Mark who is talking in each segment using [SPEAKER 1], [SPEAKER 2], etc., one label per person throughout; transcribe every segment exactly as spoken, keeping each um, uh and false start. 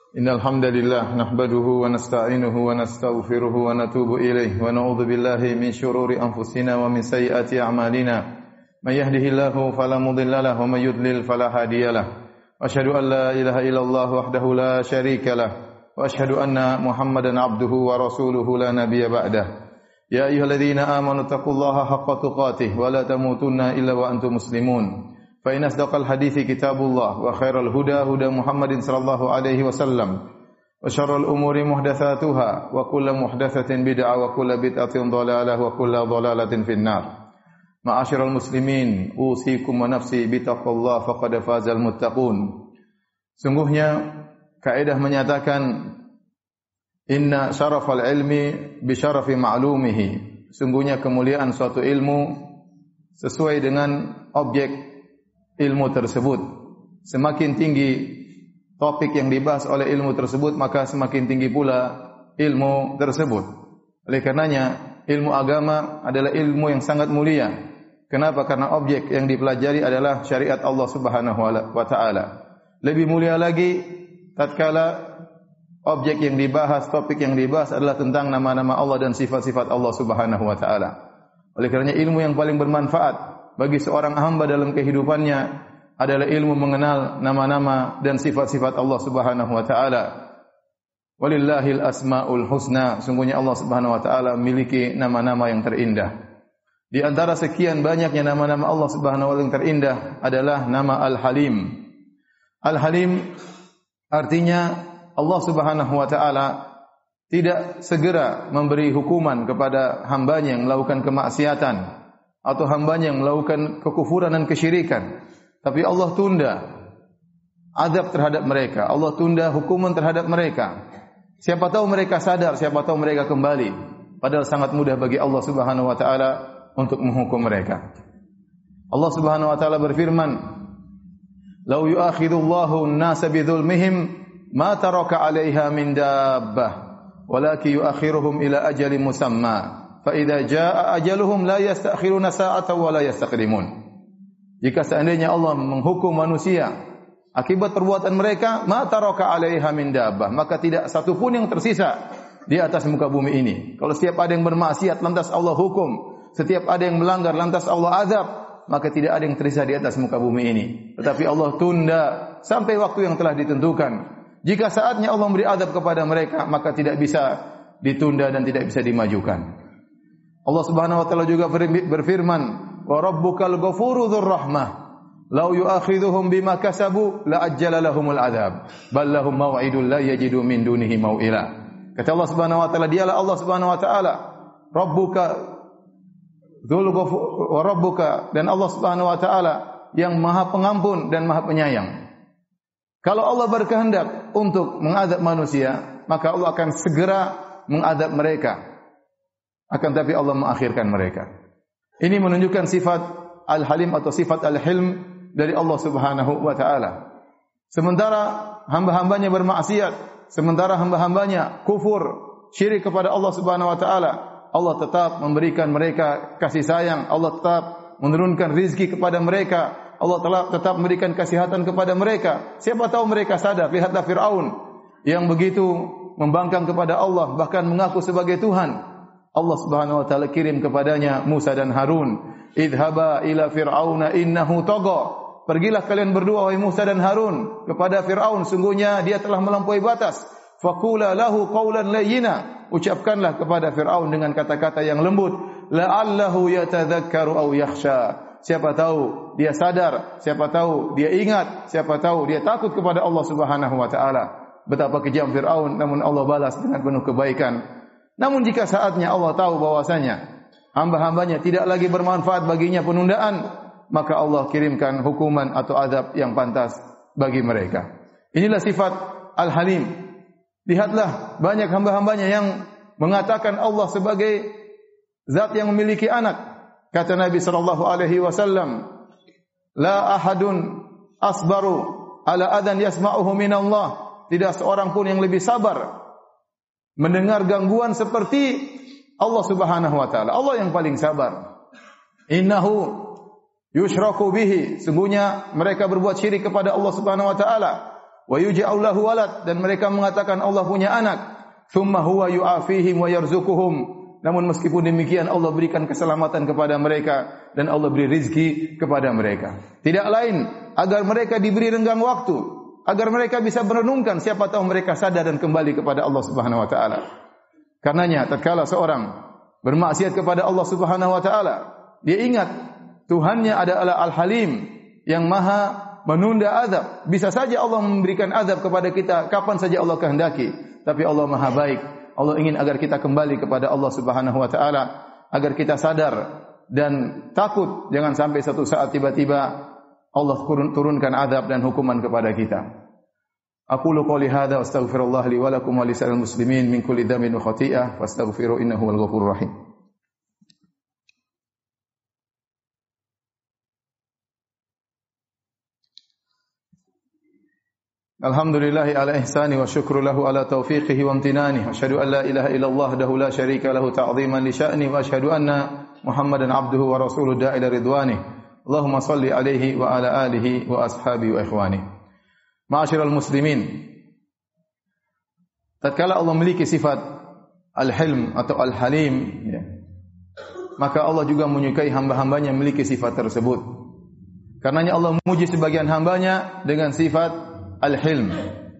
[SPEAKER 1] Innal hamdalillah nahmaduhu wa nasta'inuhu wa nastaghfiruhu wa natubu ilayh wa na'udzu billahi min shururi anfusina wa min sayyiati a'malina. May yahdihillahu fala mudilla lahu wa may yudlil fala hadiyalah. Asyhadu an la ilaha illallah wahdahu la syarika lah wa asyhadu anna Muhammadan abduhu wa rasuluhu la nabiyya ba'dah. Ya ayyuhalladzina amanu taqullaha haqqa tuqatih wa la tamutunna illa wa antum muslimun. Fa inna asdaqal hadithi kitabullah wa khairal huda huda Muhammadin sallallahu alaihi wasallam wa syarrul umuri muhdatsatuha wa kullu muhdatsatin bid'ah wa kullu bid'atin dhalalah wa kullu dhalalatin finnar. Ma'asyiral muslimin, usikum wa nafsi bittaqwallah faqad fazal muttaqun. Sungguhnya kaidah menyatakan inna syarafal ilmi bi syarafi ma'lumihi. Sungguhnya kemuliaan suatu ilmu sesuai dengan objek ilmu tersebut. Semakin tinggi topik yang dibahas oleh ilmu tersebut, maka semakin tinggi pula ilmu tersebut. Oleh karenanya, ilmu agama adalah ilmu yang sangat mulia. Kenapa? Karena objek yang dipelajari adalah syariat Allah Subhanahu wa taala. Lebih mulia lagi tatkala objek yang dibahas, topik yang dibahas adalah tentang nama-nama Allah dan sifat-sifat Allah Subhanahu wa taala. Oleh karenanya ilmu yang paling bermanfaat bagi seorang hamba dalam kehidupannya adalah ilmu mengenal nama-nama dan sifat-sifat Allah Subhanahu wa taala. Walillahil asmaul husna. Sungguhnya Allah Subhanahu wa taala memiliki nama-nama yang terindah. Di antara sekian banyaknya nama-nama Allah Subhanahu wa taala yang terindah adalah nama Al-Halim. Al-Halim artinya Allah Subhanahu wa taala tidak segera memberi hukuman kepada hambanya yang melakukan kemaksiatan atau hambanya yang melakukan kekufuran dan kesyirikan, tapi Allah tunda azab terhadap mereka, Allah tunda hukuman terhadap mereka. Siapa tahu mereka sadar, siapa tahu mereka kembali. Padahal sangat mudah bagi Allah Subhanahu wa taala untuk menghukum mereka. Allah Subhanahu wa taala berfirman, "Lau yu'akhidullahu an-nasa bidzulmihim ma taraka 'alaiha min dabbah, walakin yu'akhiruhum ila ajalin musamma." Fa idza jaa ajaluhum la yasta'khiruna sa'atan wa la yastaqdimun. Jika seandainya Allah menghukum manusia akibat perbuatan mereka, ma taraka 'alaiha min dabbah, maka tidak satu pun yang tersisa di atas muka bumi ini. Kalau setiap ada yang bermaksiat lantas Allah hukum, setiap ada yang melanggar lantas Allah azab, maka tidak ada yang tersisa di atas muka bumi ini. Tetapi Allah tunda sampai waktu yang telah ditentukan. Jika saatnya Allah memberi azab kepada mereka, maka tidak bisa ditunda dan tidak bisa dimajukan. Allah Subhanahu wa taala juga berfirman, "Wa rabbukal ghafuru dzur rahmah, law yu'akhidhuhum bima kasabu la ajjala lahumul adzab, bal lahum maw'idun la yajidu min dunihi mau'ila." Kata Allah Subhanahu wa taala, dialah Allah Subhanahu wa taala, Rabbuka dzul ghafur wa rabbuka, dan Allah Subhanahu wa taala yang Maha Pengampun dan Maha Penyayang. Kalau Allah berkehendak untuk mengadab manusia, maka Allah akan segera mengadab mereka. Akan tapi Allah mengakhirkan mereka. Ini menunjukkan sifat Al-Halim atau sifat Al-Hilm dari Allah Subhanahu wa taala. Sementara hamba-hambanya bermaksiat, sementara hamba-hambanya kufur, syirik kepada Allah Subhanahu wa taala, Allah tetap memberikan mereka kasih sayang, Allah tetap menurunkan rizki kepada mereka, Allah telah tetap memberikan kesehatan kepada mereka. Siapa tahu mereka sadar. Lihatlah Fir'aun yang begitu membangkang kepada Allah, bahkan mengaku sebagai Tuhan. Allah Subhanahu wa taala kirim kepadanya Musa dan Harun, "Idhaba ila fir'auna innahu tagha." Pergilah kalian berdua wahai Musa dan Harun kepada Firaun, sungguhnya dia telah melampaui batas. Faqula lahu qawlan layyina. Ucapkanlah kepada Firaun dengan kata-kata yang lembut, la'allahu yatadzakkaru aw yakhsha. Siapa tahu dia sadar, siapa tahu dia ingat, siapa tahu dia takut kepada Allah Subhanahu wa taala. Betapa kejam Firaun, namun Allah balas dengan penuh kebaikan. Namun jika saatnya Allah tahu bahwasanya hamba-hambanya tidak lagi bermanfaat baginya penundaan, maka Allah kirimkan hukuman atau azab yang pantas bagi mereka. Inilah sifat Al-Halim. Lihatlah banyak hamba-hambanya yang mengatakan Allah sebagai zat yang memiliki anak. Kata Nabi sallallahu alaihi wasallam, "La ahadun asbaru ala adan yasma'uhu min Allah." Tidak seorang pun yang lebih sabar mendengar gangguan seperti Allah Subhanahu wa taala. Allah yang paling sabar. Innahu yushraku bihi, sungguhnya mereka berbuat syirik kepada Allah Subhanahu wa taala. wa yuj'alu lahu walad, dan mereka mengatakan Allah punya anak, thumma huwa yu'afihim wa yarzuquhum, namun meskipun demikian Allah berikan keselamatan kepada mereka dan Allah beri rizki kepada mereka. Tidak lain agar mereka diberi renggang waktu, agar mereka bisa merenungkan, siapa tahu mereka sadar dan kembali kepada Allah Subhanahu wa taala. Karenanya tatkala seorang bermaksiat kepada Allah Subhanahu wa taala, dia ingat Tuhannya adalah Al-Halim yang Maha menunda azab. Bisa saja Allah memberikan azab kepada kita kapan saja Allah kehendaki, tapi Allah Maha baik. Allah ingin agar kita kembali kepada Allah Subhanahu wa taala, agar kita sadar dan takut jangan sampai satu saat tiba-tiba Allah turunkan azab dan hukuman kepada kita. Aqulu qouli hadza wa astaghfirullah li wa lakum wa lisa'il muslimin min kulli dhanbin wa khati'ah fastaghfiru innahu wal ghafurur rahim. Alhamdulillahi ala ihsani wa syukru lahu ala taufiqihi wa amtinani. Asyhadu an la ilaha illallah wahdahu la syarika lahu ta'ziman li sya'ni wa asyhadu anna Muhammadan abduhu wa rasuluhu da'ila ridwani. Allahumma salli alaihi wa ala alihi wa ashabihi wa ikhwani. Ma'asyiral muslimin, tatkala Allah memiliki sifat al-hilm atau al-halim, ya, maka Allah juga menyukai hamba-hambanya yang memiliki sifat tersebut. Karenanya Allah memuji sebagian hambanya dengan sifat al-hilm.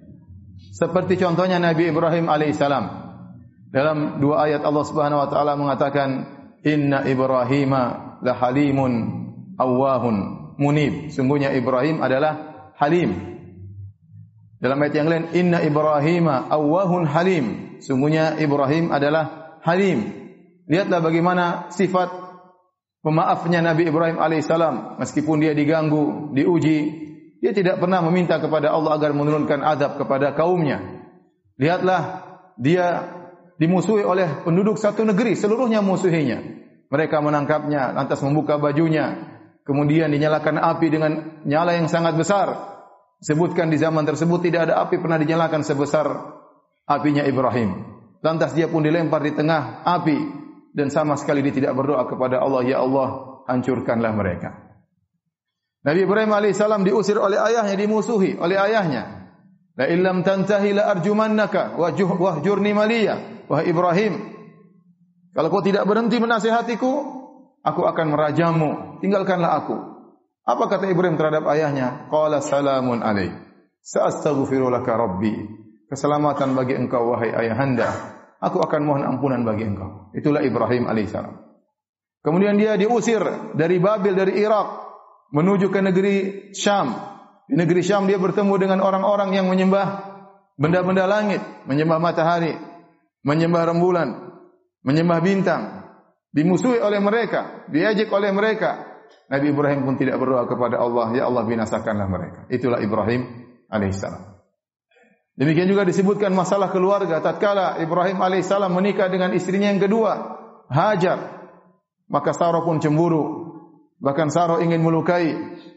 [SPEAKER 1] Seperti contohnya Nabi Ibrahim alaihissalam. Dalam dua ayat Allah Subhanahu wa taala mengatakan, "Inna Ibrahima la halimun awwahun munib." Sungguhnya Ibrahim adalah halim. Dalam ayat yang lain, "Inna Ibrahima awwahun halim." Sungguhnya Ibrahim adalah halim. Lihatlah bagaimana sifat pemaafnya Nabi Ibrahim alaihissalam, meskipun dia diganggu, diuji, dia tidak pernah meminta kepada Allah agar menurunkan azab kepada kaumnya. Lihatlah, dia dimusuhi oleh penduduk satu negeri, seluruhnya musuhinya. Mereka menangkapnya, lantas membuka bajunya, kemudian dinyalakan api dengan nyala yang sangat besar. Sebutkan di zaman tersebut tidak ada api pernah dinyalakan sebesar apinya Ibrahim. Lantas dia pun dilempar di tengah api dan sama sekali dia tidak berdoa kepada Allah, "Ya Allah, hancurkanlah mereka." Nabi Ibrahim alaihissalam diusir oleh ayahnya, dimusuhi oleh ayahnya. La illam tantahi la arjumannaka wahjurni maliya. Wahai Ibrahim, kalau kau tidak berhenti menasihatiku, aku akan merajamu. Tinggalkanlah aku. Apa kata Ibrahim terhadap ayahnya? Qala salamun alaik. Sa'astaghfiru laka rabbi. Keselamatan bagi engkau wahai ayahanda. Aku akan mohon ampunan bagi engkau. Itulah Ibrahim alaihissalam. Kemudian dia diusir dari Babil, dari Irak, menuju ke negeri Syam. Di negeri Syam dia bertemu dengan orang-orang yang menyembah benda-benda langit, menyembah matahari, menyembah rembulan, menyembah bintang. Dimusuhi oleh mereka, diejek oleh mereka. Nabi Ibrahim pun tidak berdoa kepada Allah, "Ya Allah, binasakanlah mereka." Itulah Ibrahim alaihissalam. Demikian juga disebutkan masalah keluarga. Tatkala Ibrahim alaihissalam menikah dengan istrinya yang kedua, Hajar, maka Sarah pun cemburu. Bahkan Sarah ingin melukai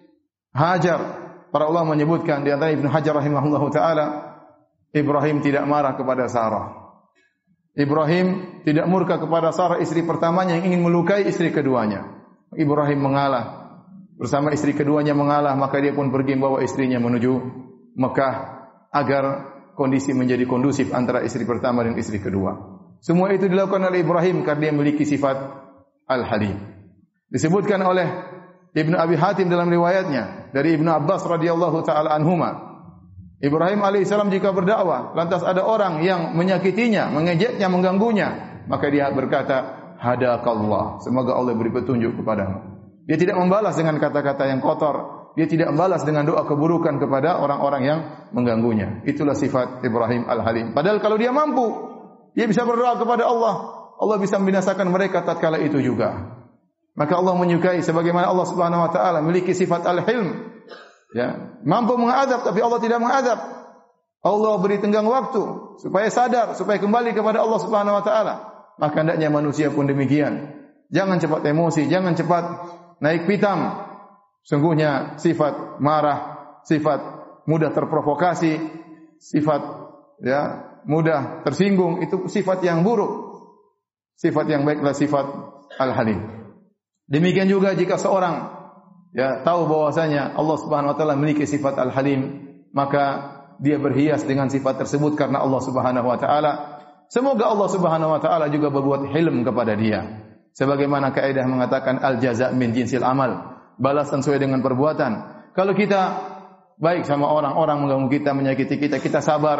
[SPEAKER 1] Hajar. Para ulama menyebutkan, di antara Ibnu Hajar rahimahullahu taala, Ibrahim tidak marah kepada Sarah. Ibrahim tidak murka kepada Sarah, istri pertamanya yang ingin melukai istri keduanya. Ibrahim mengalah. Bersama istri keduanya mengalah, maka dia pun pergi membawa istrinya menuju Mekah agar kondisi menjadi kondusif antara istri pertama dan istri kedua. Semua itu dilakukan oleh Ibrahim karena dia memiliki sifat Al-Halim. Disebutkan oleh Ibnu Abi Hatim dalam riwayatnya dari Ibnu Abbas radhiyallahu taala anhuma, Ibrahim alaihissalam jika berdakwah, lantas ada orang yang menyakitinya, mengejeknya, mengganggunya, maka dia berkata, "Hadakallah." Semoga Allah beri petunjuk kepadamu. Dia tidak membalas dengan kata-kata yang kotor. Dia tidak membalas dengan doa keburukan kepada orang-orang yang mengganggunya. Itulah sifat Ibrahim Al-Halim. Padahal kalau dia mampu, dia bisa berdoa kepada Allah. Allah bisa membinasakan mereka tatkala itu juga. Maka Allah menyukai sebagaimana Allah Subhanahu wa taala memiliki sifat Al-Hilm. Ya, mampu mengadab tapi Allah tidak mengadab. Allah beri tenggang waktu supaya sadar, supaya kembali kepada Allah Subhanahu wa taala. Maka hendaknya manusia pun demikian. Jangan cepat emosi, jangan cepat naik pitam. Sungguhnya sifat marah, sifat mudah terprovokasi, sifat ya mudah tersinggung itu sifat yang buruk. Sifat yang baiklah sifat Al-Halim. Demikian juga jika seorang ya tahu bahwasanya Allah Subhanahu wa taala memiliki sifat Al-Halim, maka dia berhias dengan sifat tersebut karena Allah Subhanahu wa taala. Semoga Allah Subhanahu wa taala juga berbuat hilm kepada dia. Sebagaimana kaidah mengatakan al-jaza' min jinsil amal, balasan sesuai dengan perbuatan. Kalau kita baik sama orang, orang mengganggu kita, menyakiti kita, kita sabar,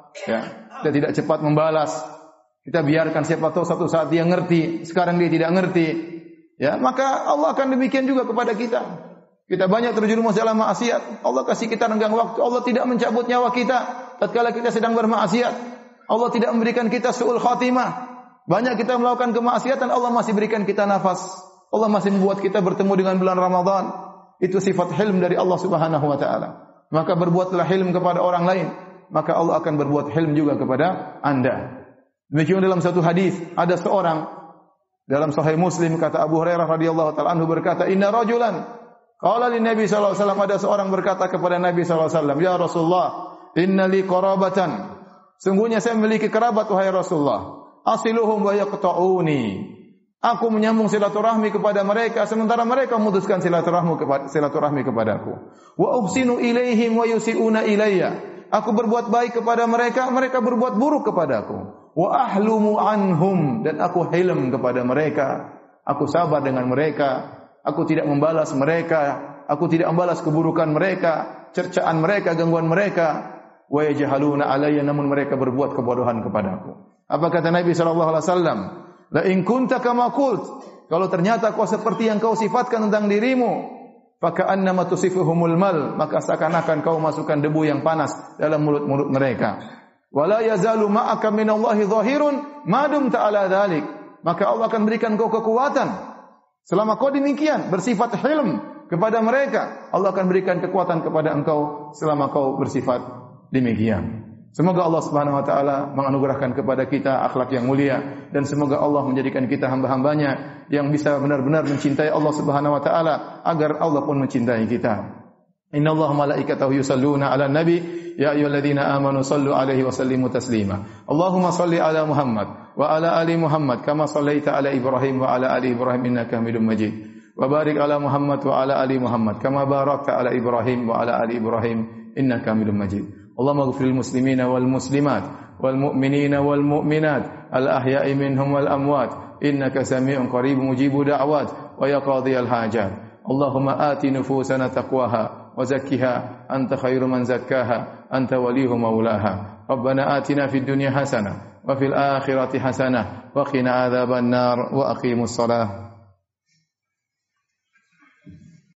[SPEAKER 1] ya. Kita tidak cepat membalas. Kita biarkan, siapa tahu satu saat dia ngerti, sekarang dia tidak ngerti. Ya, maka Allah akan demikian juga kepada kita. Kita banyak terjerumus dalam maksiat. Allah kasih kita renggang waktu. Allah tidak mencabut nyawa kita tatkala kita sedang bermaksiat. Allah tidak memberikan kita su'ul khatimah. Banyak kita melakukan kemaksiatan, Allah masih berikan kita nafas. Allah masih membuat kita bertemu dengan bulan Ramadan. Itu sifat hilm dari Allah Subhanahu wa taala. Maka berbuatlah hilm kepada orang lain, maka Allah akan berbuat hilm juga kepada Anda. Demikian dalam satu hadis, ada seorang dalam Sahih Muslim, kata Abu Hurairah radhiyallahu taala anhu berkata, "Inna rajulan qala lin Nabi sallallahu alaihi wasallam," ada seorang berkata kepada Nabi sallallahu alaihi wasallam, "Ya Rasulullah, inna li qarabatan." Sungguhnya saya memiliki kerabat wahai Rasulullah. Asiluhum wa yaqta'uni. Aku menyambung silaturahmi kepada mereka sementara mereka memutuskan silaturahmi kepada silaturahmi kepadaku. Wa uhsinu ilaihim wa yusiuna ilayya. Aku berbuat baik kepada mereka, mereka berbuat buruk kepadaku. Wa ahlumu anhum, dan aku hilm kepada mereka. Aku sabar dengan mereka. Aku tidak membalas mereka. Aku tidak membalas keburukan mereka, cercaan mereka, gangguan mereka. Wa yajhaluna alayya, namun mereka berbuat kebodohan kepadaku. Apa kata Nabi sallallahu alaihi wasallam? La in kunta kama qult, kalau ternyata kau seperti yang kau sifatkan tentang dirimu, Faka annama tusifuhumul mal, maka seakan-akan kau masukkan debu yang panas dalam mulut-mulut mereka. Wala yazalu ma'aka minallahi dhahirun madum ta'ala dzalik, maka Allah akan berikan kau kekuatan selama kau demikian bersifat hilm kepada mereka. Allah akan berikan kekuatan kepada engkau selama kau bersifat demikian. Semoga Allah Subhanahu wa taala menganugerahkan kepada kita akhlak yang mulia, dan semoga Allah menjadikan kita hamba-hambanya yang bisa benar-benar mencintai Allah Subhanahu wa taala agar Allah pun mencintai kita. Innallaha malaikatahu yusalluna 'alan nabi ya ayyuhalladzina amanu sallu 'alaihi wa sallimu taslima. Allahumma salli 'ala Muhammad wa 'ala ali Muhammad kama shallaita 'ala Ibrahim wa 'ala ali Ibrahim innaka Hamidum Majid. Wa barik 'ala Muhammad wa 'ala ali Muhammad kama barakta 'ala Ibrahim wa 'ala ali Ibrahim innaka Hamidum Majid. Allahumma ighfir lil muslimina wal muslimat wal mu'minina wal mu'minat al ahya'i minhum wal amwat innaka samii'un qaribun mujibu da'wat wa ya qadhiyal hajat. Allahumma ati nufusana taqwaha wa zakkiha anta khairu man zakkaha anta waliyuha maulaha. Rabbana atina fid dunya hasanah wa fil akhirati hasanah wa qina adzaban nar wa aqimus shalah.